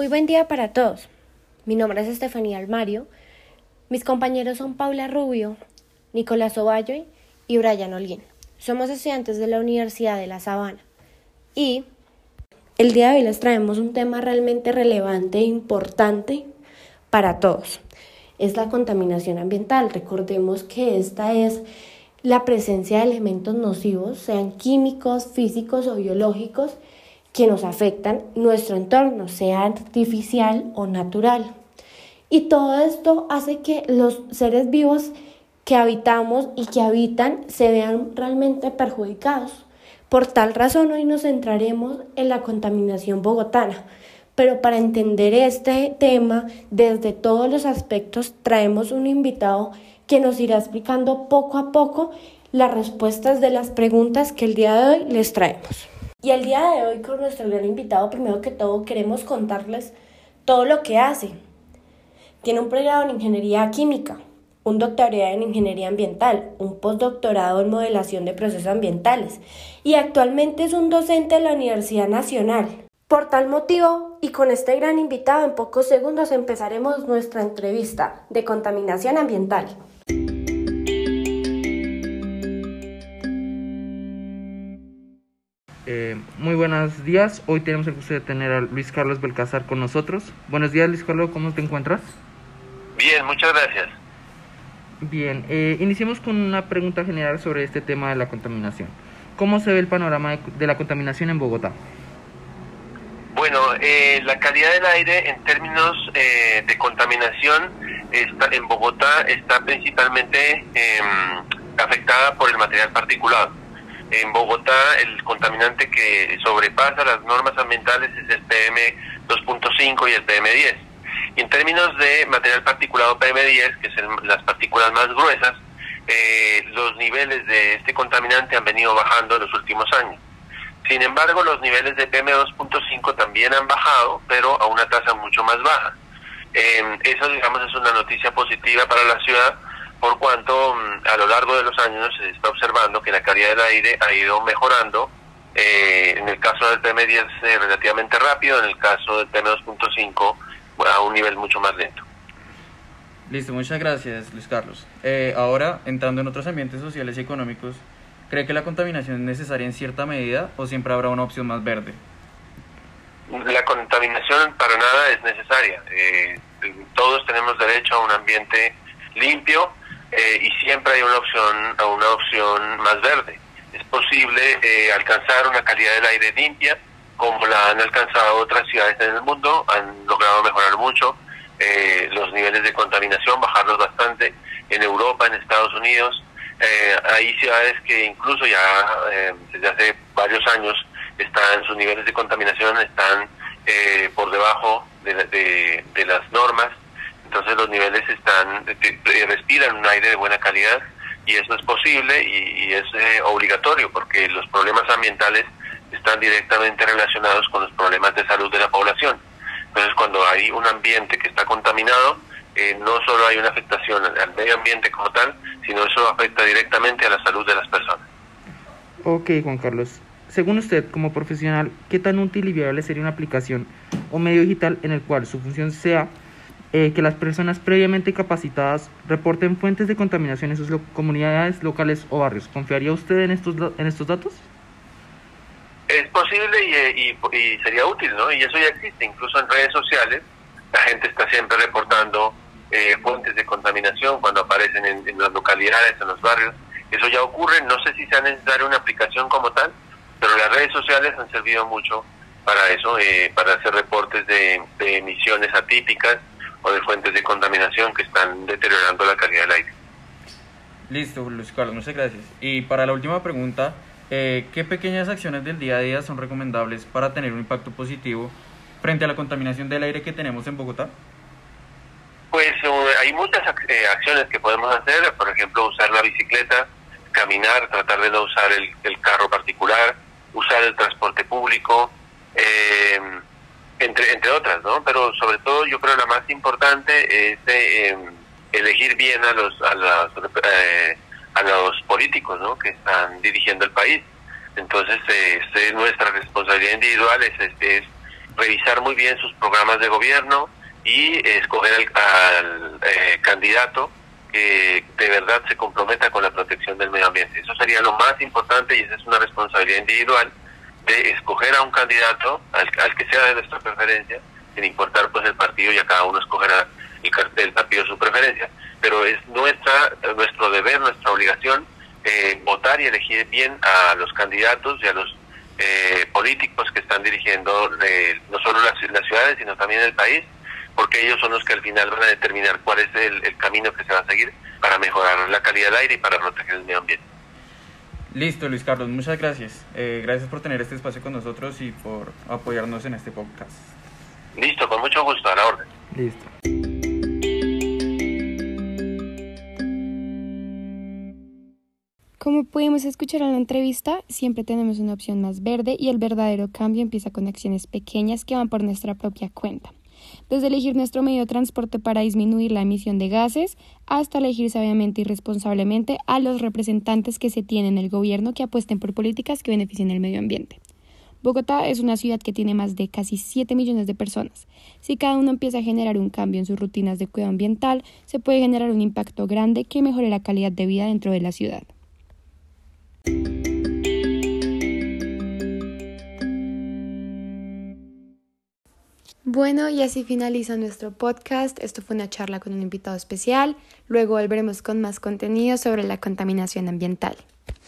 Muy buen día para todos. Mi nombre es Estefanía Almario. Mis compañeros son Paula Rubio, Nicolás Ovalle y Brian Holguín. Somos estudiantes de la Universidad de La Sabana. Y el día de hoy les traemos un tema realmente relevante e importante para todos. Es la contaminación ambiental. Recordemos que esta es la presencia de elementos nocivos, sean químicos, físicos o biológicos, que nos afectan nuestro entorno, sea artificial o natural. Y todo esto hace que los seres vivos que habitamos y que habitan se vean realmente perjudicados. Por tal razón, hoy nos centraremos en la contaminación bogotana. Pero para entender este tema desde todos los aspectos, traemos un invitado que nos irá explicando poco a poco las respuestas de las preguntas que el día de hoy les traemos. Y el día de hoy, con nuestro gran invitado, primero que todo queremos contarles todo lo que hace. Tiene un pregrado en Ingeniería Química, un doctorado en Ingeniería Ambiental, un postdoctorado en Modelación de Procesos Ambientales y actualmente es un docente de la Universidad Nacional. Por tal motivo, y con este gran invitado, en pocos segundos empezaremos nuestra entrevista de contaminación ambiental. Muy buenos días. Hoy tenemos el gusto de tener a Luis Carlos Belcázar con nosotros. Buenos días, Luis Carlos, ¿cómo te encuentras? Bien, muchas gracias. Bien, iniciemos con una pregunta general sobre este tema de la contaminación. ¿Cómo se ve el panorama de la contaminación en Bogotá? Bueno, la calidad del aire en términos de contaminación en Bogotá está principalmente afectada por el material particulado. En Bogotá el contaminante que sobrepasa las normas ambientales es el PM2.5 y el PM10. Y en términos de material particulado PM10, que son las partículas más gruesas, los niveles de este contaminante han venido bajando en los últimos años. Sin embargo, los niveles de PM2.5 también han bajado, pero a una tasa mucho más baja. Eso, digamos, es una noticia positiva para la ciudad, por cuanto a lo largo de los años se está observando que la calidad del aire ha ido mejorando. En el caso del PM10 relativamente rápido, en el caso del PM2.5 a un nivel mucho más lento. Listo, muchas gracias, Luis Carlos. Ahora, entrando en otros ambientes sociales y económicos, ¿cree que la contaminación es necesaria en cierta medida o siempre habrá una opción más verde? La contaminación para nada es necesaria. Todos tenemos derecho a un ambiente limpio y siempre hay una opción más verde. Es posible alcanzar una calidad del aire limpia, como la han alcanzado otras ciudades en el mundo. Han logrado mejorar mucho los niveles de contaminación, bajarlos bastante en Europa, en Estados Unidos. Hay ciudades que incluso ya desde hace varios años sus niveles de contaminación están por debajo de las normas. Entonces los niveles respiran un aire de buena calidad, y eso es posible y es obligatorio, porque los problemas ambientales están directamente relacionados con los problemas de salud de la población. Entonces, cuando hay un ambiente que está contaminado, no solo hay una afectación al medio ambiente como tal, sino eso afecta directamente a la salud de las personas. Ok, Juan Carlos. Según usted, como profesional, ¿qué tan útil y viable sería una aplicación o medio digital en el cual su función sea que las personas previamente capacitadas reporten fuentes de contaminación en sus comunidades locales o barrios? ¿Confiaría usted en estos datos? Es posible y sería útil, ¿no? Y eso ya existe, incluso en redes sociales. La gente está siempre reportando fuentes de contaminación cuando aparecen en las localidades, en los barrios. Eso ya ocurre. No sé si sea necesaria una aplicación como tal, pero las redes sociales han servido mucho para eso, para hacer reportes de emisiones atípicas o de fuentes de contaminación que están deteriorando la calidad del aire. Listo, Luis Carlos, muchas gracias. Y para la última pregunta, ¿qué pequeñas acciones del día a día son recomendables para tener un impacto positivo frente a la contaminación del aire que tenemos en Bogotá? Pues hay muchas acciones que podemos hacer. Por ejemplo, usar la bicicleta, caminar, tratar de no usar el carro particular, usar el transporte público, entre otras, ¿no? Pero sobre todo yo creo la más importante es elegir bien a los políticos, ¿no?, que están dirigiendo el país. Entonces nuestra responsabilidad individual es revisar muy bien sus programas de gobierno y escoger al candidato que de verdad se comprometa con la protección del medio ambiente. Eso sería lo más importante y esa es una responsabilidad individual de escoger a un candidato al que sea de nuestra preferencia, sin importar pues el partido, y a cada uno escogerá el partido de su preferencia, pero es nuestro deber, nuestra obligación votar y elegir bien a los candidatos y a los políticos que están dirigiendo no solo las ciudades, sino también el país, porque ellos son los que al final van a determinar cuál es el camino que se va a seguir para mejorar la calidad del aire y para proteger el medio ambiente. Listo, Luis Carlos, muchas gracias. Gracias por tener este espacio con nosotros y por apoyarnos en este podcast. Listo, con mucho gusto, a la orden. Listo. Como pudimos escuchar en la entrevista, siempre tenemos una opción más verde y el verdadero cambio empieza con acciones pequeñas que van por nuestra propia cuenta. Desde elegir nuestro medio de transporte para disminuir la emisión de gases, hasta elegir sabiamente y responsablemente a los representantes que se tienen en el gobierno que apuesten por políticas que beneficien el medio ambiente. Bogotá es una ciudad que tiene más de casi 7 millones de personas. Si cada uno empieza a generar un cambio en sus rutinas de cuidado ambiental, se puede generar un impacto grande que mejore la calidad de vida dentro de la ciudad. Bueno, y así finaliza nuestro podcast. Esto fue una charla con un invitado especial. Luego volveremos con más contenido sobre la contaminación ambiental.